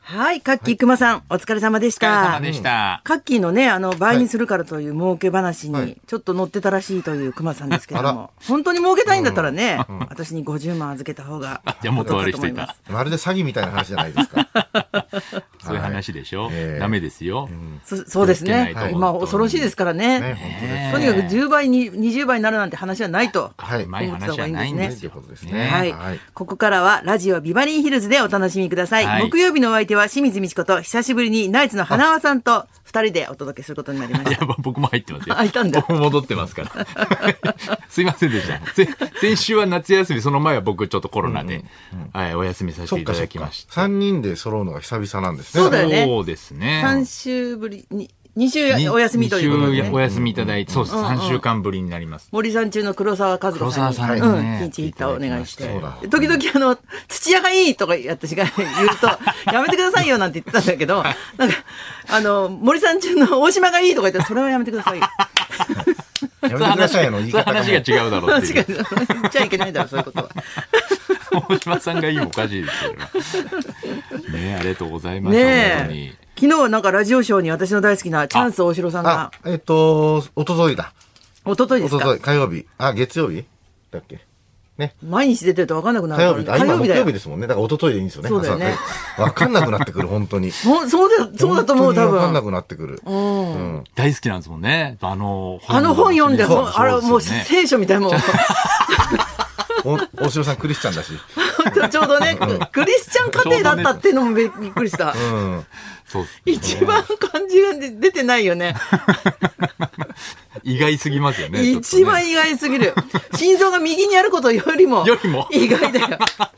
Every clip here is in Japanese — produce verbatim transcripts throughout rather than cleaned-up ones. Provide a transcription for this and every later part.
はい、カッキー熊さん、お疲れ様でした。 お疲れ様でした。 カッキーのね、あの、倍にするからという儲け話に、ちょっと乗ってたらしいという熊さんですけども、はい、本当に儲けたいんだったらね、うん、私にごじゅうまん預けた方がいいと思います。 じゃあもっと悪い人いた。 まるで詐欺みたいな話じゃないですか。 そういう話でしょ、えー、ダメですよ。 うん、そ, そうですね。今、恐ろしいですからね。ね、とにかくじゅうばいに、にじゅうばいになるなんて話はないと。 はい。前話はないんですよ。 はい。ここからは、ラジオビバリーヒルズでお楽しみください。はい、木曜日のお相手は清水美智子と、久しぶりにナイツの花輪さんと二人でお届けすることになりました。 いや、僕も入ってますよ。 あ、いたんだ。 僕も戻ってますから。すいませんでした。先週は夏休み、その前は僕ちょっとコロナで、うんうんはい、お休みさせていただきました。 さんにんで揃うのが久々なんですね。 そうだよね。 そうですね。 さん週ぶりに。に週お休みということで、ね、 お休みいただいて、そうです。さんしゅうかんぶりになります。 森さん中の黒沢和子さんに、 さんにね、 うん、ピンチヒッターをお願いして、時々あの、土屋がいいとか私が言うと、やめてくださいよなんて言ってたんだけど、なんか、あの、森さん中の大島がいいとか言って、それはやめてくださいよ。 やめてくださいよの言い方が。 話が違うだろうっていう。 言っちゃいけないだろ、そういうことは。 大島さんがいいもおかしいですよね。ありがとうございます。 ね本当に昨日はなんかラジオショーに私の大好きなチャンス大城さんが。 えっ、ー、と、おとといだ。 おとといですか。 おととい、火曜日。あ、月曜日だっけ。ね。 毎日出てると分かんなくなる。 火曜日だ。今木曜日ですもんね。だからおとといでいいんですよね。 そうだよね。 分かんなくなってくる、本当に。 そうだ、そうだと思う、多分。 分かんなくなってくる。 うん。 うん、 大好きなんですもんね。あの、 あの本読んで、あれもう聖書みたいもん。 大城さんクリスチャンだしちょうどね、うん、クリスチャン家庭だったっていうのもびっくりした、うん、そう一番漢字が出てないよね意外すぎますよね。 一番意外すぎる。心臓が右にあることよりもよりも意外だよ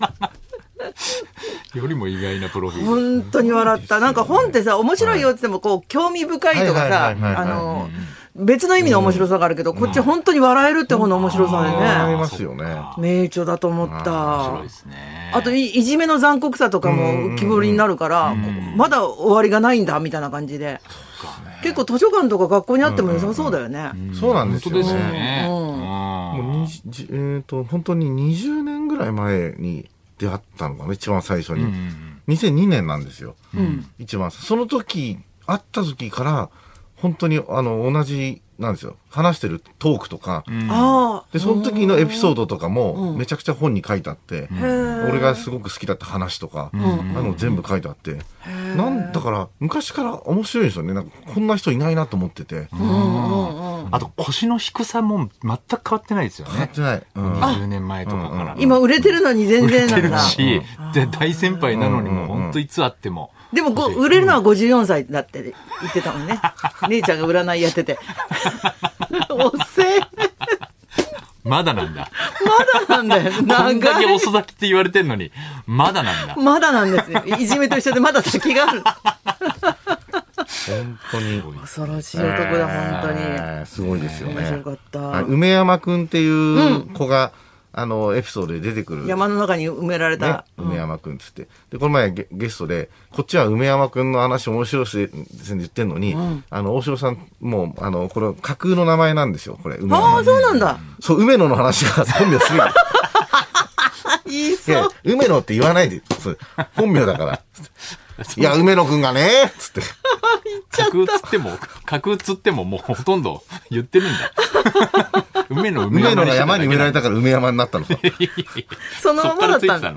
よりも意外なプロフィール。 本当に笑った。なんか本ってさ、面白いよって言ってもこう興味深いとかさ、あの別の意味の面白さがあるけど、うん、こっち本当に笑えるって方の面白さでね。 ありますよね。 名著だと思った。 面白いですね。 あとい、いじめの残酷さとかも浮き彫りになるから、まだ終わりがないんだみたいな感じで。結構図書館とか学校にあっても良さそうだよね。 うんうん、そうなんですよね。 本当ですね。うん、 もうにじえーと本当ににじゅうねんぐらい前に出会ったのかな、一番最初に。うん、にせんにねんなんですよ。うん、一番その時会った時から本当にあの同じなんですよ。話してるトークとか、うん、でその時のエピソードとかもめちゃくちゃ本に書いてあって、うん、俺がすごく好きだった話とか、うん、あの全部書いてあって、なんだから昔から面白いんですよね。なんかこんな人いないなと思ってて、うん、 あと腰の低さも全く変わってないですよね。 変わってない。 うん、にじゅうねんまえとかから、 うん、今売れてるのに全然なんだ。売れてるし、で大先輩なのにも本当いつあっても。 でもご売れるのはごじゅうよんさいだって言ってたもんね。姉ちゃんが占いやってて。おっせえ。 まだなんだ。 まだなんだよ。 こんだけ遅咲きって言われてんのに、まだなんだ。 まだなんですよ。いじめと一緒でまだ先がある。 本当に恐ろしい男だ、本当に、えー、すごいですよね。 面白かった。 梅山くんっていう子が、うん、あのエピソードで出てくる山の中に埋められた、 ね、梅山くんっつって、でこの前 ゲ, ゲストでこっちは梅山くんの話面白いですって言ってんのに、うん、あの大城さんもうあのこれ架空の名前なんですよ、これ梅山。 ああ、そうなんだ。 そう、梅野の話が本名すぎる。 いいそう。いや梅野って言わないで、本名だからいや梅野くんがねつって架空つっても架空つってももうほとんど言ってるんだ。梅野梅山が山に埋められたから梅山になったのか。 そのままだったんだ。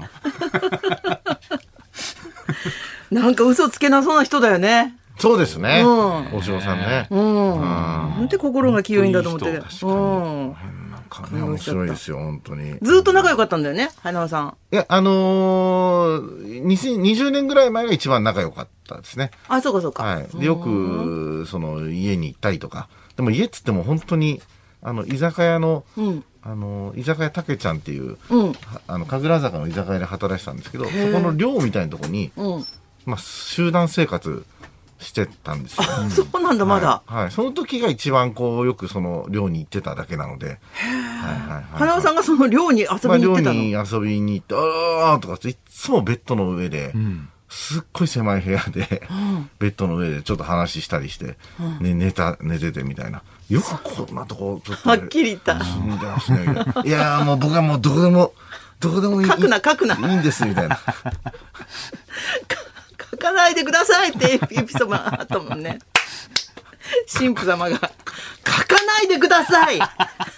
なんか嘘つけなそうな人だよね。 そうですね。うん、大城さんね。 うん。なんで心が清いんだと思って。 確かに。うん面白いですよ、本当に。 ずっと仲良かったんだよね、花輪さん。 いや、あのー、にせんにじゅうねんぐらい前が一番仲良かったですね。 あ、そうかそうか。 はい。で、よく、その、家に行ったりとか。でも家っつっても本当に、あの、居酒屋の、うん、あの、居酒屋たけちゃんっていう、うん、あの、神楽坂の居酒屋で働いてたんですけど、そこの寮みたいなところに、うん、まあ、集団生活、してたんですよ。 あ、そうなんだ、まだ。 はい。はい、その時が一番こう、よくその寮に行ってただけなので。はいはいはい。花輪さんがその寮に遊びに行ってたの？まあ、 寮に遊びに行って、あーとかっていつもベッドの上で、うん、すっごい狭い部屋で、うん、ベッドの上でちょっと話したりして、うん、ね、寝た、寝ててみたいな。よくこんなとこ、ちょっと、 ね。はっきり言った。 死んでますね。いやーもう僕はもうどこでも、どこでもいい。 書くな書くな。 いいんです、みたいな。 書かないでくださいってエピソードがあったもんね。神父様が書かないでください。さ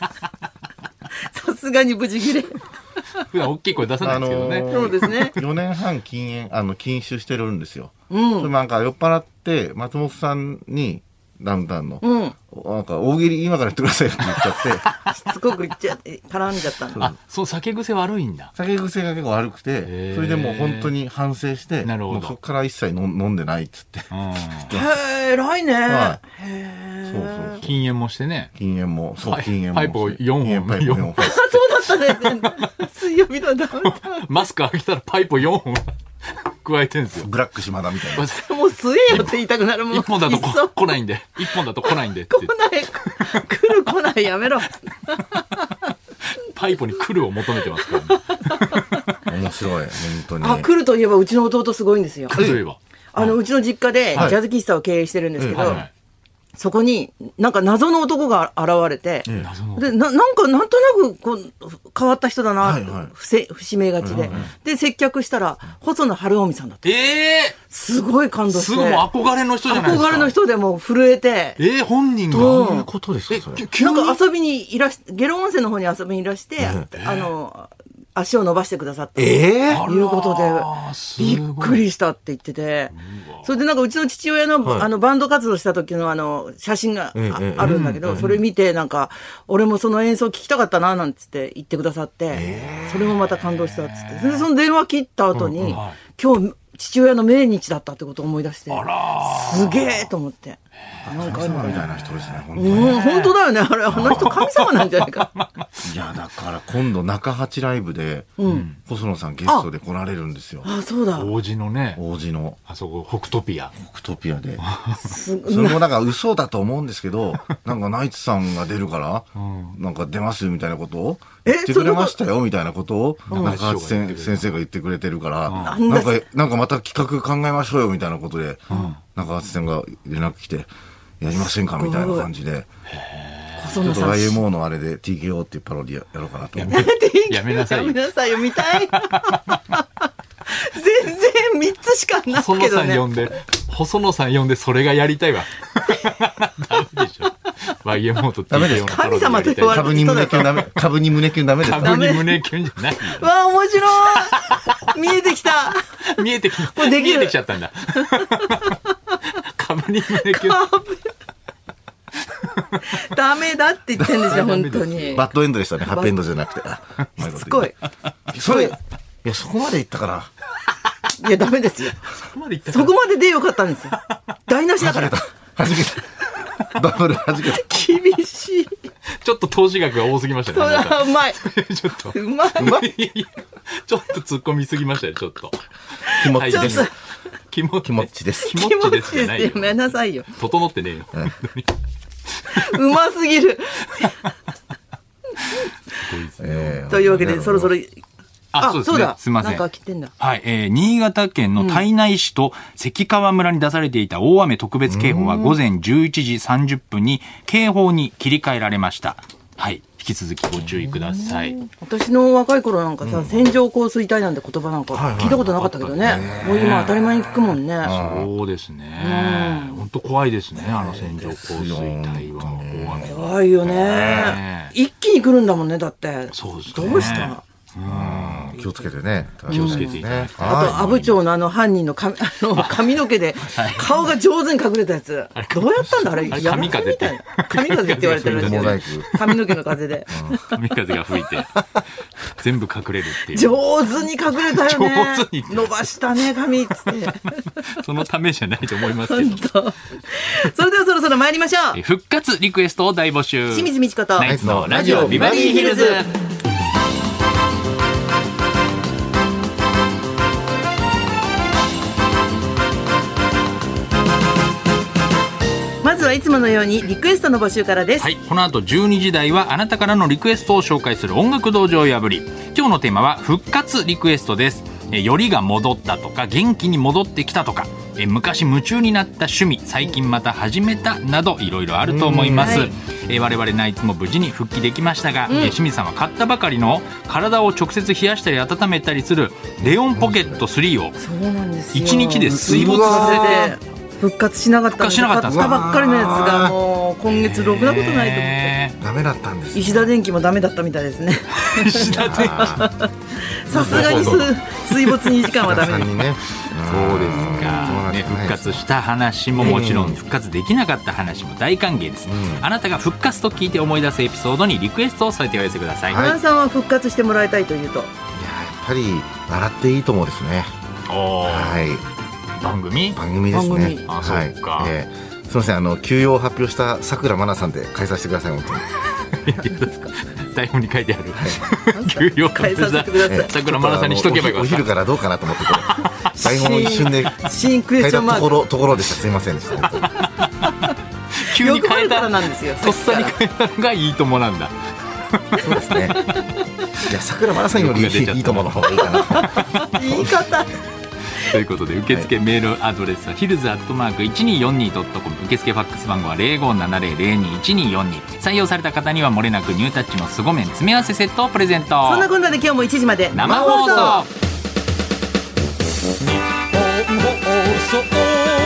すがに無事切れ。 普段大きい声出さないんですけどね。 あのーそうですね。 よねんはん禁煙、あの、禁酒してるんですよ。 うんそれなんか酔っ払って、松本さんに、ダウンタウンの、 うん。 なんか大喜利今から言ってくださいって言っちゃって、 しつこく言っちゃって絡んじゃったんだ。 あ、そう、酒癖悪いんだ。 酒癖が結構悪くて、 へーそれでもう本当に反省して、 なるほどもうそこから一切飲飲んでないっつって。 うん。 へえ、偉いね。 はへそうそうえ。 そう。 禁煙もしてね。 禁煙も、そう、 パイ禁煙も。 パイプをよんほん禁煙パイプよんほん。 あ、そうだったね。水曜日のダウンタウン。 マスク開けたらパイプよんほん加えてるんですよ。 ブラック島田みたいな。 もう吸えよって言いたくなるもん。 一本だとこいっそ来ないんで。一本だと来ないんでって。 来ない。来る来ないやめろ。 パイプに来るを求めてますからね。 面白い、本当に。 あ、来るといえばうちの弟すごいんですよ。 来るといえば。 あの、うちの実家でジはいャズ喫茶を経営してるんですけど、 はいはい。 そこになんか謎の男が現れて、 謎のでななんかなんとなくこう変わった人だな、 はいはい不正不指名がちで、で接客したら細野晴臣さんだった。 ええすごい感動ー、 して。 すごいもう憧れの人じゃないですか。 憧れの人でもう震えて。 えー、本人が。 うんどういうことですか、それ。 急になんか遊びにいらし、下呂温泉の方に遊びにいらして、 えあの、足を伸ばしてくださって。 ええあらいうことーすで、 ごいびっくりしたって言ってて、それでなんかうちの父親の、 はいあのバンド活動した時のあの写真があ,、 ええあるんだけど、それ見てなんか、俺もその演奏聞きたかったななんつって言ってくださって、それもまた感動したっつって、それでその電話切った後に、 はい今日父親の命日だったってことを思い出して、 あらすげえと思って。なんかあるのかな神様みたいな人ですね、本当に。 うん、本当だよね。あれ、あの人神様なんじゃないか。 いや、だから今度中八ライブで、細野さんゲストで来られるんですよ。 あ、そうだ。 王子のね、 王子のあそこ、北トピア。 北トピアで。 すそれもなんか嘘だと思うんですけど、なんかナイツさんが出るから、なんか出ますみたいなことをえ言ってくれましたよみたいなことをん中八先先生が言ってくれてるから、 んなんか、なんかまた企画考えましょうよみたいなことで、中八先が連絡来て、やりませんかみたいな感じで、ちょっと細野さん。 ワイエムオー のあれで ティーケーオー っていうパロディやろうかなと思って。 やめなさいよやめなさいよ、見たい。全然みっつしかない細野けどね。 さん呼んで、細野さん呼んでそれがやりたいわ。ダメでしょ。ワイエムオー と ティーケーオー のパロディやりたい神様と言われ株に胸キュンダメ、株に胸キュンダメですか株に胸キュンじゃないよ。 わあ、面白い。見えてきた。 見えてきた。 これできる見えてきちゃったんだ。株に胸キュン。 ダメだって言ってんでしょ、 ダメです本当に。 バッドエンドでしたね。ハッピーエンドじゃなくて。あしつこい。 それ、いや、そこまで言ったから。 いや、ダメですよ。 そこまで言ったかそこまででよかったんですよ。台無しだから。 はじけた。バブルはじけた。 厳しい。 ちょっと投資額が多すぎましたね。 そなんかうまい。 ちょっと。 うまい。 ちょっと突っ込みすぎましたね、ちょっと。 気持ちですはいちょっと。気持気持ちです気持ちですじゃないよや。めなさいよ。 整ってねえよ。 うますぎる。 えーというわけで、そろそろ。 あ、そうですね。 だ。 すみません。 なんか来てんだ。 はい、えー、新潟県の胎内市と関川村に出されていた大雨特別警報は午前じゅういちじさんじゅっぷんに警報に切り替えられました。はい。引き続きご注意ください。 私の若い頃なんかさ、線状降水帯なんて言葉なんか聞いたことなかったけどね。もう今当たり前に聞くもんね。 そうですね。本当怖いですね、あの線状降水帯は。大雨は。 怖いよねね。 一気に来るんだもんね、だって。 そうですねどうした気をつけてね。 気をつけていただいて。 あと、阿武町のあの犯人の髪、あの髪の毛で、顔が上手に隠れたやつ。どうやったんだあれ。 あれやら神風ってみたいな神風って言われてるらしいよねモザイク。 髪の毛の風で。 神風が吹いて、全部隠れるっていう。 上手に隠れたよね。 上手に伸ばしたね、髪っつって。 そのためじゃないと思いますけど。 本当。それではそろそろ参りましょう。 え復活リクエストを大募集。 清水美智子と。 ナイツのラジオビバリーヒルズ。 まずはいつものようにリクエストの募集からです。 はい、この後じゅうにじ台はあなたからのリクエストを紹介する音楽道場破り。今日のテーマは復活リクエストです。えよりが戻ったとか元気に戻ってきたとか、 え昔夢中になった趣味、最近また始めたなどいろいろあると思います、はい、え我々ナイツも無事に復帰できましたが、うん、え清水さんは買ったばかりの体を直接冷やしたり温めたりするレオンポケットスリーをいちにちで水没させて復活しなかったんです。買ったばっかりのやつがもう今月ろくなことないと思ってダメだったんです、ね、 石田電機もダメだったみたいですね。 石田電機さすがに水没にじかんはダメです、 ね、 そうですか、ね、復活した話ももちろん復活できなかった話も大歓迎です、うん、あなたが復活と聞いて思い出すエピソードにリクエストを添えてお寄せください。 花さんは復活してもらいたいというと、いややっぱり笑っていいと思うですね。 おはい番組番組ですね。 あ、そうか、 はい、えー、すみません、あの休養を発表したさくらまなさんで返させてください。本当に台本に書いてある、はい、休養返させてください。 さくらまなさんにしとけばよかった。 お昼からどうかなと思って台本を一瞬で新クエスチョンマークところところでした。すみませんでした。 急に変えたなんですよ。 とっさに変えたのがいいともなんだ。 そうですね。いや、さくらまなさんよりいいともの方がいいかな。 言い方ということで受付メールアドレスはヒルズアットマーク いちにーよんにードットコム、 受付ファックス番号は ゼロごーななゼロゼロにーいちにーよんにー。 採用された方にはもれなくニュータッチの凄麺詰め合わせセットをプレゼント。 そんなこんなで今日もいちじまで生放送。 日本放送